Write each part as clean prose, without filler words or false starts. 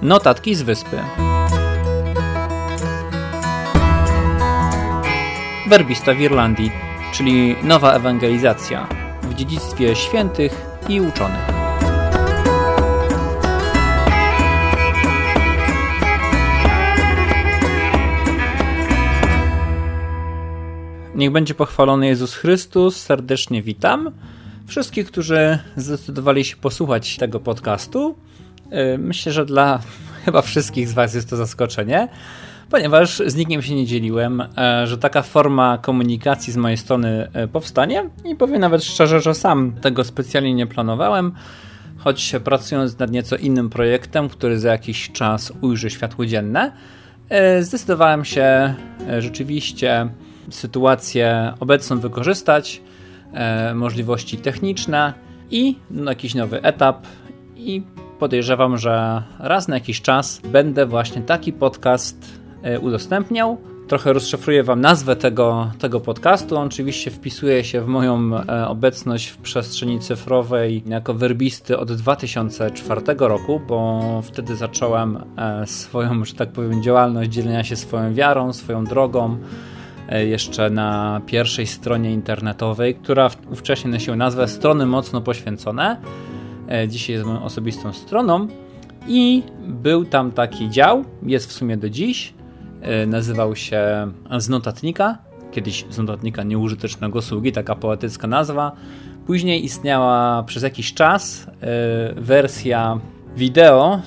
Notatki z wyspy. Werbista w Irlandii, czyli nowa ewangelizacja w dziedzictwie świętych i uczonych. Niech będzie pochwalony Jezus Chrystus. Serdecznie witam wszystkich, którzy zdecydowali się posłuchać tego podcastu. Myślę, że dla chyba wszystkich z Was jest to zaskoczenie, ponieważ z nikim się nie dzieliłem, że taka forma komunikacji z mojej strony powstanie i powiem nawet szczerze, że sam tego specjalnie nie planowałem, choć pracując nad nieco innym projektem, który za jakiś czas ujrzy światło dzienne, zdecydowałem się rzeczywiście sytuację obecną wykorzystać, możliwości techniczne i jakiś nowy etap i podejrzewam, że raz na jakiś czas będę właśnie taki podcast udostępniał. Trochę rozszyfruję Wam nazwę tego podcastu. On oczywiście wpisuje się w moją obecność w przestrzeni cyfrowej jako werbisty od 2004 roku, bo wtedy zacząłem swoją, że tak powiem, działalność dzielenia się swoją wiarą, swoją drogą jeszcze na pierwszej stronie internetowej, która wcześniej nosiła nazwę Strony Mocno Poświęcone. Dzisiaj jest moją osobistą stroną i był tam taki dział, jest w sumie do dziś, nazywał się Z Notatnika, kiedyś Z Notatnika Nieużytecznego Sługi, taka poetycka nazwa. Później istniała przez jakiś czas wersja wideo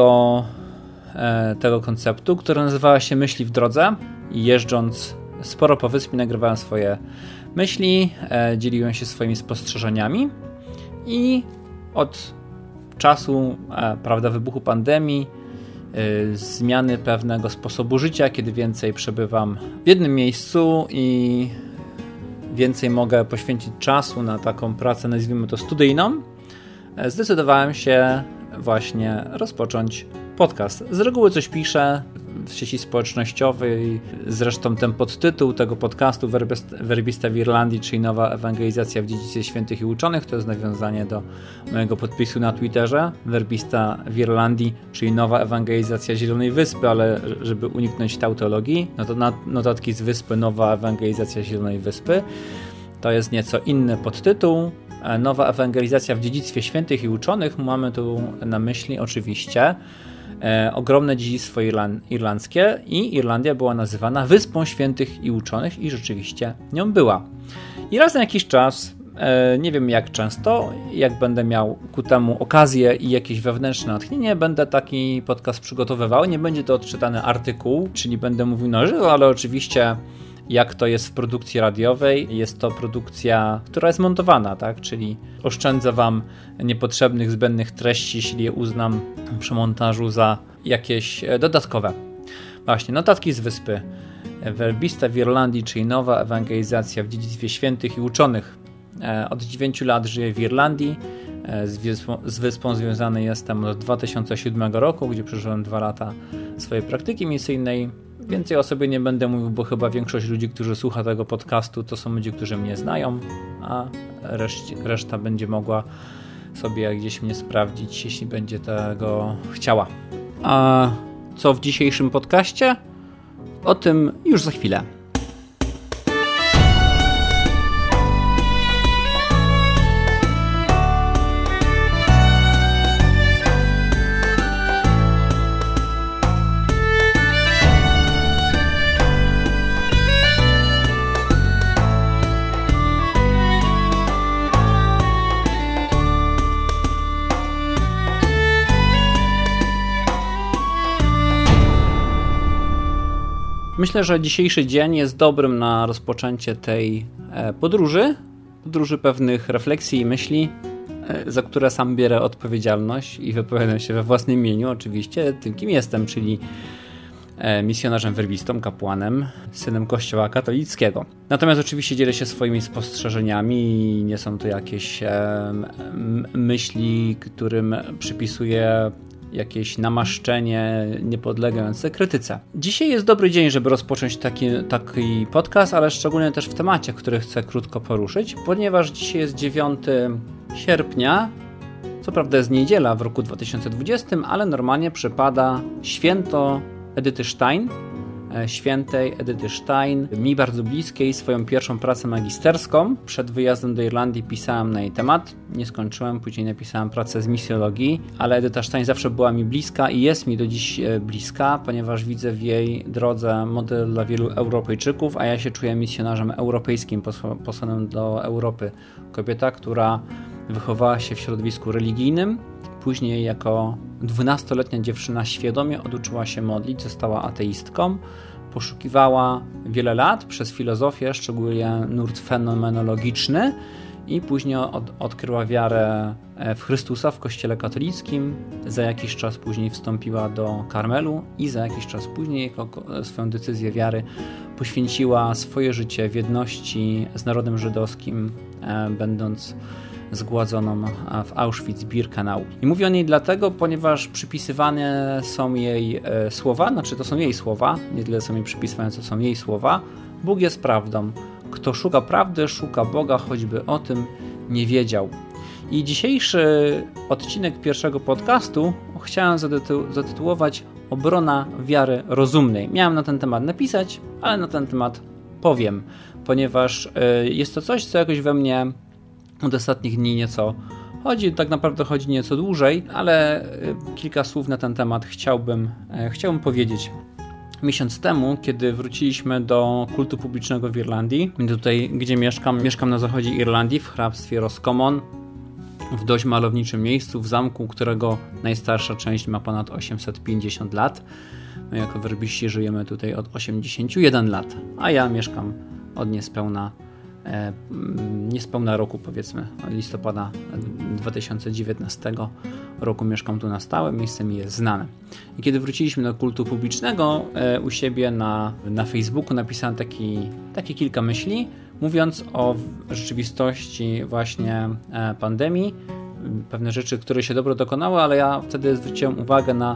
tego konceptu, która nazywała się Myśli w drodze i jeżdżąc sporo po wyspie nagrywałem swoje myśli, dzieliłem się swoimi spostrzeżeniami i od czasu wybuchu pandemii, zmiany pewnego sposobu życia, kiedy więcej przebywam w jednym miejscu i więcej mogę poświęcić czasu na taką pracę, nazwijmy to studyjną, zdecydowałem się właśnie rozpocząć podcast. Z reguły coś piszę w sieci społecznościowej, zresztą ten podtytuł tego podcastu Werbista w Irlandii, czyli nowa ewangelizacja w dziedzictwie świętych i uczonych, to jest nawiązanie do mojego podpisu na Twitterze, Werbista w Irlandii, czyli nowa ewangelizacja Zielonej Wyspy, ale żeby uniknąć tautologii, no to notatki z wyspy, nowa ewangelizacja Zielonej Wyspy, to jest nieco inny podtytuł. Nowa ewangelizacja w dziedzictwie świętych i uczonych, mamy tu na myśli oczywiście ogromne dziedzictwo irlandzkie i Irlandia była nazywana Wyspą Świętych i Uczonych i rzeczywiście nią była. I raz na jakiś czas, nie wiem jak często, jak będę miał ku temu okazję i jakieś wewnętrzne natchnienie, będę taki podcast przygotowywał. Nie będzie to odczytany artykuł, czyli będę mówił na żywo, ale oczywiście jak to jest w produkcji radiowej, jest to produkcja, która jest montowana, tak? Czyli oszczędzę Wam niepotrzebnych, zbędnych treści, jeśli je uznam przy montażu za jakieś dodatkowe. Właśnie, notatki z wyspy. Werbista w Irlandii, czyli nowa ewangelizacja w dziedzictwie świętych i uczonych. Od 9 lat żyję w Irlandii. Z wyspą związany jestem od 2007 roku, gdzie przeżyłem 2 lata swojej praktyki misyjnej. Więcej o sobie nie będę mówił, bo chyba większość ludzi, którzy słucha tego podcastu, to są ludzie, którzy mnie znają, a reszta będzie mogła sobie gdzieś mnie sprawdzić, jeśli będzie tego chciała. A co w dzisiejszym podcaście? O tym już za chwilę. Myślę, że dzisiejszy dzień jest dobrym na rozpoczęcie tej podróży pewnych refleksji i myśli, za które sam bierę odpowiedzialność i wypowiadam się we własnym imieniu, oczywiście tym, kim jestem, czyli misjonarzem werbistą, kapłanem, synem Kościoła katolickiego. Natomiast oczywiście dzielę się swoimi spostrzeżeniami i nie są to jakieś myśli, którym przypisuję jakieś namaszczenie niepodlegające krytyce. Dzisiaj jest dobry dzień, żeby rozpocząć taki podcast, ale szczególnie też w temacie, który chcę krótko poruszyć, ponieważ dzisiaj jest 9 sierpnia Co prawda jest niedziela w roku 2020, ale normalnie przypada święto Edyty Stein, świętej Edyty Stein, mi bardzo bliskiej, swoją pierwszą pracę magisterską. Przed wyjazdem do Irlandii pisałem na jej temat. Nie skończyłem, później napisałem pracę z misjologii, ale Edyta Stein zawsze była mi bliska i jest mi do dziś bliska, ponieważ widzę w jej drodze model dla wielu Europejczyków, a ja się czuję misjonarzem europejskim, posłanym do Europy. Kobieta, która wychowała się w środowisku religijnym, później jako 12-letnia dziewczyna świadomie oduczyła się modlić, została ateistką, poszukiwała wiele lat przez filozofię, szczególnie nurt fenomenologiczny, i później odkryła wiarę w Chrystusa w Kościele katolickim. Za jakiś czas później wstąpiła do Karmelu i za jakiś czas później jako swoją decyzję wiary poświęciła swoje życie w jedności z narodem żydowskim, będąc zgładzoną w Auschwitz-Birkenau. I mówię o niej dlatego, ponieważ przypisywane są jej słowa, znaczy to są jej słowa, nie tyle są jej przypisywane, co są jej słowa. Bóg jest prawdą. Kto szuka prawdy, szuka Boga, choćby o tym nie wiedział. I dzisiejszy odcinek pierwszego podcastu chciałem zatytułować Obrona wiary rozumnej. Miałem na ten temat napisać, ale na ten temat powiem, ponieważ jest to coś, co jakoś we mnie od ostatnich dni nieco chodzi, tak naprawdę chodzi nieco dłużej, ale kilka słów na ten temat chciałbym powiedzieć. Miesiąc temu, kiedy wróciliśmy do kultu publicznego w Irlandii, tutaj gdzie mieszkam na zachodzie Irlandii, w hrabstwie Roscommon, w dość malowniczym miejscu, w zamku, którego najstarsza część ma ponad 850 lat. My jako werbiści żyjemy tutaj od 81 lat, a ja mieszkam od niespełna roku, powiedzmy, od listopada 2019 roku mieszkam tu na stałe, miejsce mi jest znane. I kiedy wróciliśmy do kultu publicznego, u siebie na Facebooku napisałem takie kilka myśli, mówiąc o rzeczywistości właśnie pandemii, pewne rzeczy, które się dobro dokonały, ale ja wtedy zwróciłem uwagę na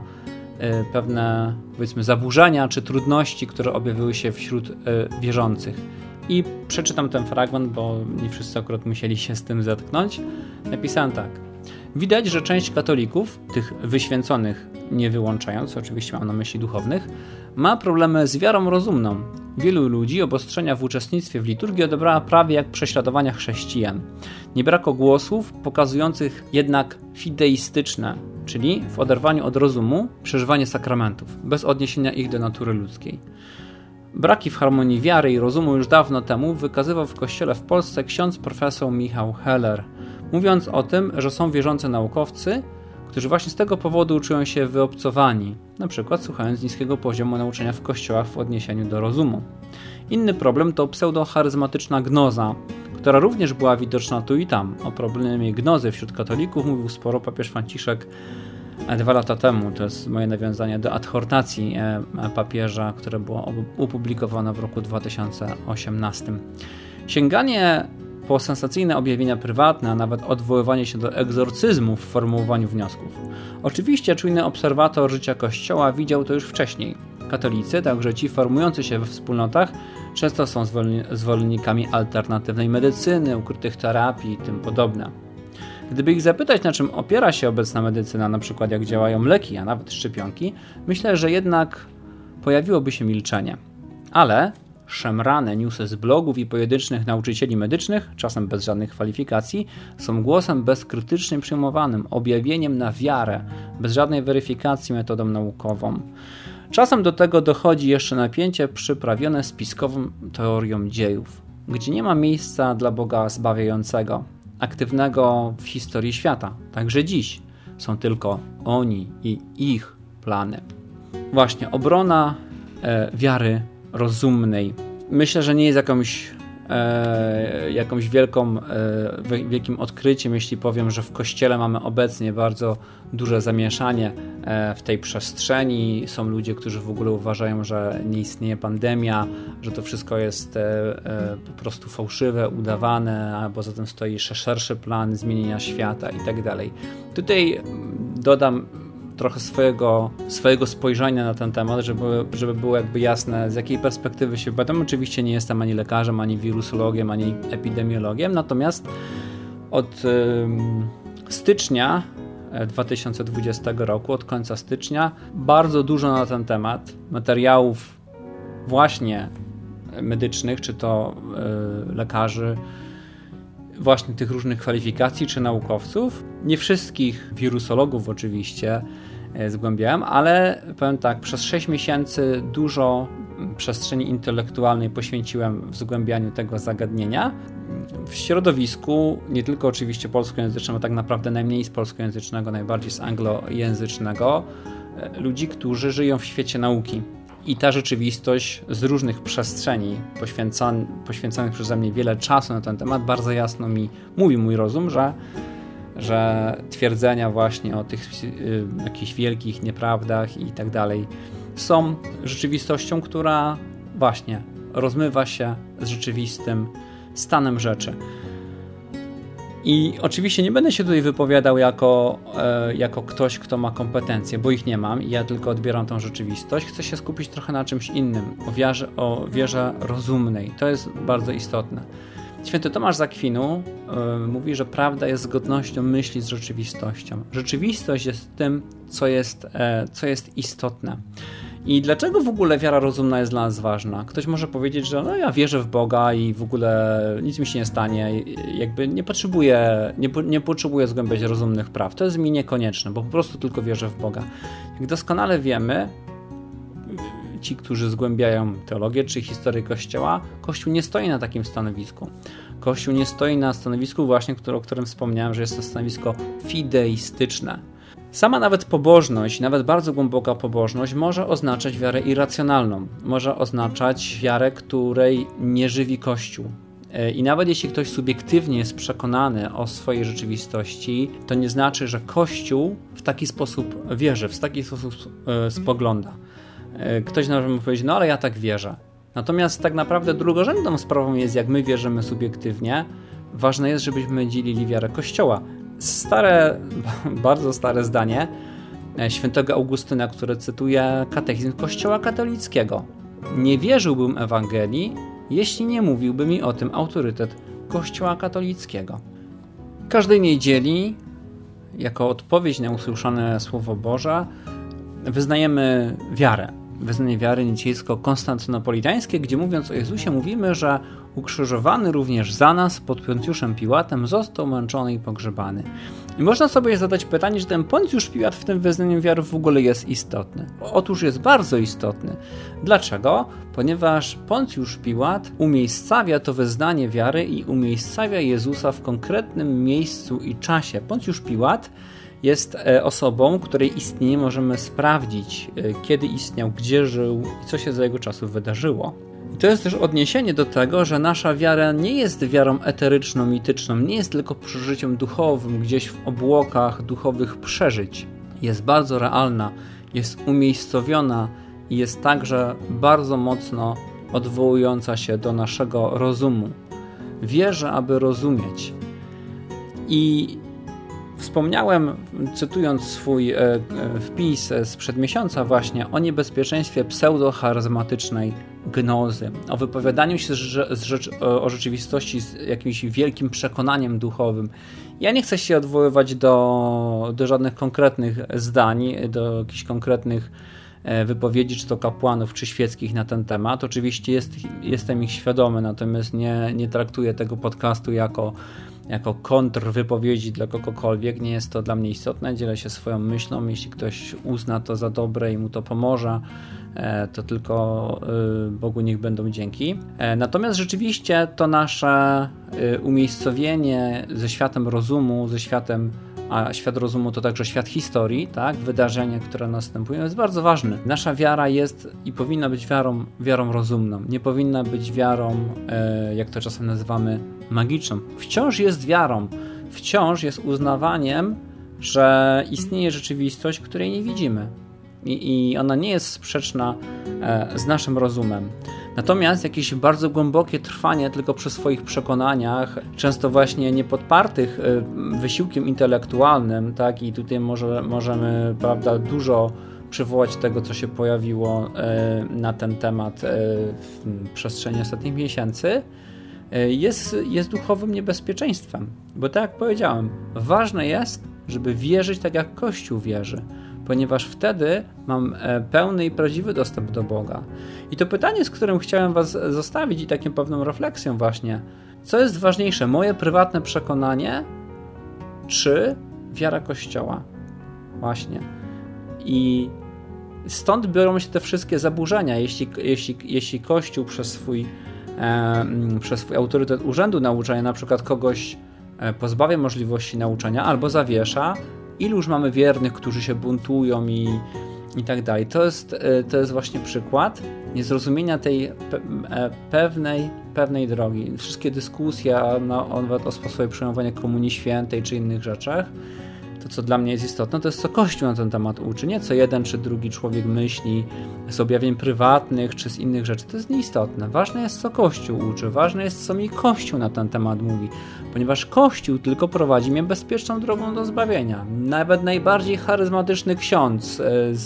pewne, powiedzmy, zaburzenia czy trudności, które objawiły się wśród wierzących. I przeczytam ten fragment, bo nie wszyscy akurat musieli się z tym zetknąć. Napisałem tak. Widać, że część katolików, tych wyświęconych nie wyłączając, oczywiście mam na myśli duchownych, ma problemy z wiarą rozumną. Wielu ludzi obostrzenia w uczestnictwie w liturgii odebrała prawie jak prześladowania chrześcijan. Nie brakło głosów pokazujących jednak fideistyczne, czyli w oderwaniu od rozumu, przeżywanie sakramentów, bez odniesienia ich do natury ludzkiej. Braki w harmonii wiary i rozumu już dawno temu wykazywał w kościele w Polsce ksiądz profesor Michał Heller, mówiąc o tym, że są wierzący naukowcy, którzy właśnie z tego powodu czują się wyobcowani, na przykład słuchając niskiego poziomu nauczania w kościołach w odniesieniu do rozumu. Inny problem to pseudo-charyzmatyczna gnoza, która również była widoczna tu i tam. O problemie gnozy wśród katolików mówił sporo papież Franciszek 2 lata temu. To jest moje nawiązanie do adhortacji papieża, które było opublikowane w roku 2018. Sięganie po sensacyjne objawienia prywatne, a nawet odwoływanie się do egzorcyzmów w formułowaniu wniosków. Oczywiście czujny obserwator życia Kościoła widział to już wcześniej. Katolicy, także ci formujący się we wspólnotach, często są zwolennikami alternatywnej medycyny, ukrytych terapii i tym podobne. Gdyby ich zapytać, na czym opiera się obecna medycyna, na przykład jak działają leki, a nawet szczepionki, myślę, że jednak pojawiłoby się milczenie. Ale szemrane newsy z blogów i pojedynczych nauczycieli medycznych, czasem bez żadnych kwalifikacji, są głosem bezkrytycznie przyjmowanym, objawieniem na wiarę, bez żadnej weryfikacji metodą naukową. Czasem do tego dochodzi jeszcze napięcie przyprawione spiskową teorią dziejów, gdzie nie ma miejsca dla Boga zbawiającego, aktywnego w historii świata. Także dziś są tylko oni i ich plany. Właśnie, obrona wiary rozumnej. Myślę, że nie jest jakąś wielkim odkryciem, jeśli powiem, że w Kościele mamy obecnie bardzo duże zamieszanie w tej przestrzeni. Są ludzie, którzy w ogóle uważają, że nie istnieje pandemia, że to wszystko jest po prostu fałszywe, udawane, albo za tym stoi szerszy plan zmienienia świata i tak dalej. Tutaj dodam trochę swojego spojrzenia na ten temat, żeby było jakby jasne, z jakiej perspektywy się badam. Oczywiście nie jestem ani lekarzem, ani wirusologiem, ani epidemiologiem, natomiast stycznia 2020 roku, od końca stycznia, bardzo dużo na ten temat materiałów właśnie medycznych, czy to lekarzy, właśnie tych różnych kwalifikacji, czy naukowców. Nie wszystkich wirusologów oczywiście zgłębiałem, ale powiem tak, przez 6 miesięcy dużo przestrzeni intelektualnej poświęciłem w zgłębianiu tego zagadnienia. W środowisku, nie tylko oczywiście polskojęzycznym, a tak naprawdę najmniej z polskojęzycznego, najbardziej z anglojęzycznego, ludzi, którzy żyją w świecie nauki. I ta rzeczywistość z różnych przestrzeni poświęcanych przeze mnie wiele czasu na ten temat bardzo jasno mi mówi mój rozum, że twierdzenia właśnie o tych jakichś wielkich nieprawdach i tak dalej są rzeczywistością, która właśnie rozmywa się z rzeczywistym stanem rzeczy. I oczywiście nie będę się tutaj wypowiadał jako ktoś, kto ma kompetencje, bo ich nie mam i ja tylko odbieram tą rzeczywistość. Chcę się skupić trochę na czymś innym, o wierze rozumnej. To jest bardzo istotne. Święty Tomasz z Akwinu mówi, że prawda jest zgodnością myśli z rzeczywistością. Rzeczywistość jest tym, co jest istotne. I dlaczego w ogóle wiara rozumna jest dla nas ważna? Ktoś może powiedzieć, że no ja wierzę w Boga i w ogóle nic mi się nie stanie, jakby nie potrzebuję zgłębiać rozumnych praw. To jest mi niekonieczne, bo po prostu tylko wierzę w Boga. Jak doskonale wiemy, ci, którzy zgłębiają teologię czy historię Kościoła, Kościół nie stoi na takim stanowisku. Kościół nie stoi na stanowisku właśnie, o którym wspomniałem, że jest to stanowisko fideistyczne. Sama nawet pobożność, nawet bardzo głęboka pobożność może oznaczać wiarę irracjonalną. Może oznaczać wiarę, której nie żywi Kościół. I nawet jeśli ktoś subiektywnie jest przekonany o swojej rzeczywistości, to nie znaczy, że Kościół w taki sposób wierzy, w taki sposób spogląda. Ktoś może powiedzieć, no ale ja tak wierzę. Natomiast tak naprawdę drugorzędną sprawą jest, jak my wierzymy subiektywnie. Ważne jest, żebyśmy dzielili wiarę Kościoła. Bardzo stare zdanie świętego Augustyna, które cytuje katechizm Kościoła katolickiego. Nie wierzyłbym Ewangelii, jeśli nie mówiłby mi o tym autorytet Kościoła katolickiego. Każdej niedzieli, jako odpowiedź na usłyszane Słowo Boże, wyznajemy wiarę. Wyznanie wiary nicejsko-konstantynopolitańskie, gdzie mówiąc o Jezusie mówimy, że ukrzyżowany również za nas pod Poncjuszem Piłatem został męczony i pogrzebany. I można sobie zadać pytanie, czy ten Poncjusz Piłat w tym wyznaniu wiary w ogóle jest istotny. Otóż jest bardzo istotny. Dlaczego? Ponieważ Poncjusz Piłat umiejscawia to wyznanie wiary i umiejscawia Jezusa w konkretnym miejscu i czasie. Poncjusz Piłat jest osobą, której istnienie możemy sprawdzić, kiedy istniał, gdzie żył i co się za jego czasów wydarzyło. I to jest też odniesienie do tego, że nasza wiara nie jest wiarą eteryczną, mityczną, nie jest tylko przeżyciem duchowym, gdzieś w obłokach duchowych przeżyć. Jest bardzo realna, jest umiejscowiona i jest także bardzo mocno odwołująca się do naszego rozumu. Wierzę, aby rozumieć. I wspomniałem, cytując swój wpis sprzed miesiąca właśnie, o niebezpieczeństwie pseudo-charyzmatycznej gnozy, o wypowiadaniu się o rzeczywistości z jakimś wielkim przekonaniem duchowym. Ja nie chcę się odwoływać do żadnych konkretnych zdań, do jakichś konkretnych wypowiedzi, czy to kapłanów, czy świeckich na ten temat. Oczywiście jestem ich świadomy, natomiast nie traktuję tego podcastu jako kontrwypowiedzi dla kogokolwiek. Nie jest to dla mnie istotne. Dzielę się swoją myślą. Jeśli ktoś uzna to za dobre i mu to pomoże, to tylko Bogu niech będą dzięki. Natomiast rzeczywiście to nasze umiejscowienie ze światem rozumu, a świat rozumu to także świat historii, tak? Wydarzenia, które następują, jest bardzo ważny. Nasza wiara jest i powinna być wiarą rozumną. Nie powinna być wiarą, jak to czasem nazywamy, magiczną. Wciąż jest wiarą. Wciąż jest uznawaniem, że istnieje rzeczywistość, której nie widzimy. I ona nie jest sprzeczna z naszym rozumem. Natomiast jakieś bardzo głębokie trwanie tylko przy swoich przekonaniach, często właśnie niepodpartych wysiłkiem intelektualnym, tak, i tutaj możemy, prawda, dużo przywołać tego, co się pojawiło na ten temat w przestrzeni ostatnich miesięcy, jest duchowym niebezpieczeństwem. Bo tak jak powiedziałem, ważne jest, żeby wierzyć tak jak Kościół wierzy, ponieważ wtedy mam pełny i prawdziwy dostęp do Boga. I to pytanie, z którym chciałem was zostawić i taką pewną refleksją właśnie, co jest ważniejsze, moje prywatne przekonanie, czy wiara Kościoła? Właśnie. I stąd biorą się te wszystkie zaburzenia. Jeśli Kościół przez swój autorytet urzędu nauczania na przykład kogoś pozbawia możliwości nauczania albo zawiesza, iluż mamy wiernych, którzy się buntują i tak dalej. To jest właśnie przykład niezrozumienia tej pewnej drogi. Wszystkie dyskusje nawet o sposobie przyjmowania Komunii Świętej czy innych rzeczach, to co dla mnie jest istotne, to jest co Kościół na ten temat uczy, nie co jeden czy drugi człowiek myśli z objawień prywatnych czy z innych rzeczy. To jest nieistotne. Ważne jest co Kościół uczy, ważne jest co mi Kościół na ten temat mówi, ponieważ Kościół tylko prowadzi mnie bezpieczną drogą do zbawienia. Nawet najbardziej charyzmatyczny ksiądz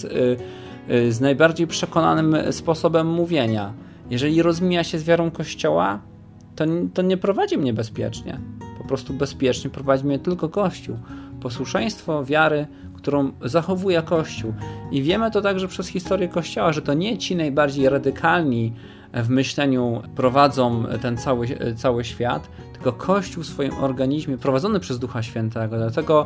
z najbardziej przekonanym sposobem mówienia, jeżeli rozmija się z wiarą Kościoła, to nie prowadzi mnie bezpiecznie. Po prostu bezpiecznie prowadzi mnie tylko Kościół. Posłuszeństwo wiary, którą zachowuje Kościół. I wiemy to także przez historię Kościoła, że to nie ci najbardziej radykalni w myśleniu prowadzą ten cały świat, tylko Kościół w swoim organizmie prowadzony przez Ducha Świętego. Dlatego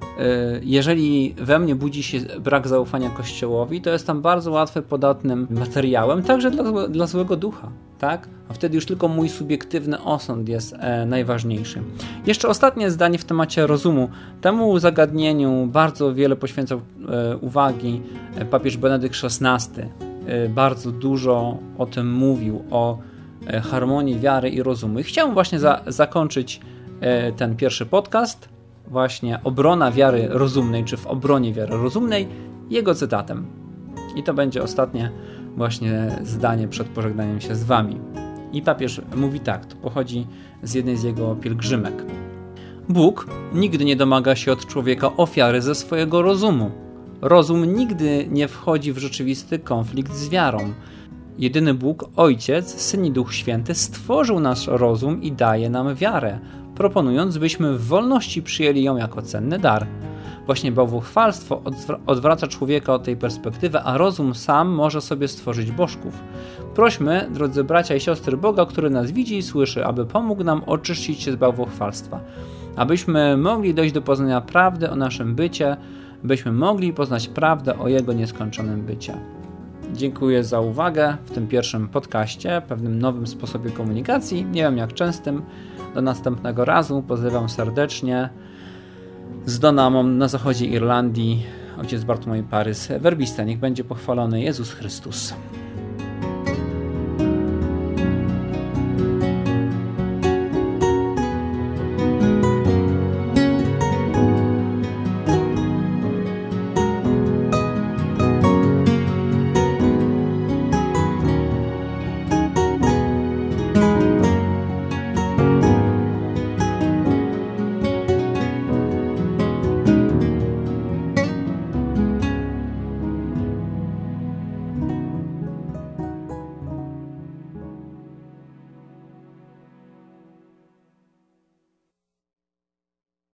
jeżeli we mnie budzi się brak zaufania Kościołowi, to jest tam bardzo łatwy, podatnym materiałem, także dla złego ducha. Tak? A wtedy już tylko mój subiektywny osąd jest najważniejszy. Jeszcze ostatnie zdanie w temacie rozumu. Temu zagadnieniu bardzo wiele poświęcał uwagi papież Benedykt XVI. Bardzo dużo o tym mówił, o harmonii wiary i rozumu. I chciałem właśnie zakończyć ten pierwszy podcast, właśnie obrona wiary rozumnej, czy w obronie wiary rozumnej, jego cytatem. I to będzie ostatnie właśnie zdanie przed pożegnaniem się z wami. I papież mówi tak, to pochodzi z jednej z jego pielgrzymek. Bóg nigdy nie domaga się od człowieka ofiary ze swojego rozumu. Rozum nigdy nie wchodzi w rzeczywisty konflikt z wiarą. Jedyny Bóg, Ojciec, Syn i Duch Święty stworzył nasz rozum i daje nam wiarę, proponując, byśmy w wolności przyjęli ją jako cenny dar. Właśnie bałwochwalstwo odwraca człowieka od tej perspektywy, a rozum sam może sobie stworzyć bożków. Prośmy, drodzy bracia i siostry, Boga, który nas widzi i słyszy, aby pomógł nam oczyścić się z bałwochwalstwa, abyśmy mogli dojść do poznania prawdy o naszym bycie, byśmy mogli poznać prawdę o Jego nieskończonym bycie. Dziękuję za uwagę w tym pierwszym podcaście, pewnym nowym sposobie komunikacji, nie wiem jak częstym. Do następnego razu, pozdrawiam serdecznie. Z Donamon na zachodzie Irlandii, ojciec Bartłomiej Parys, werbista, niech będzie pochwalony Jezus Chrystus.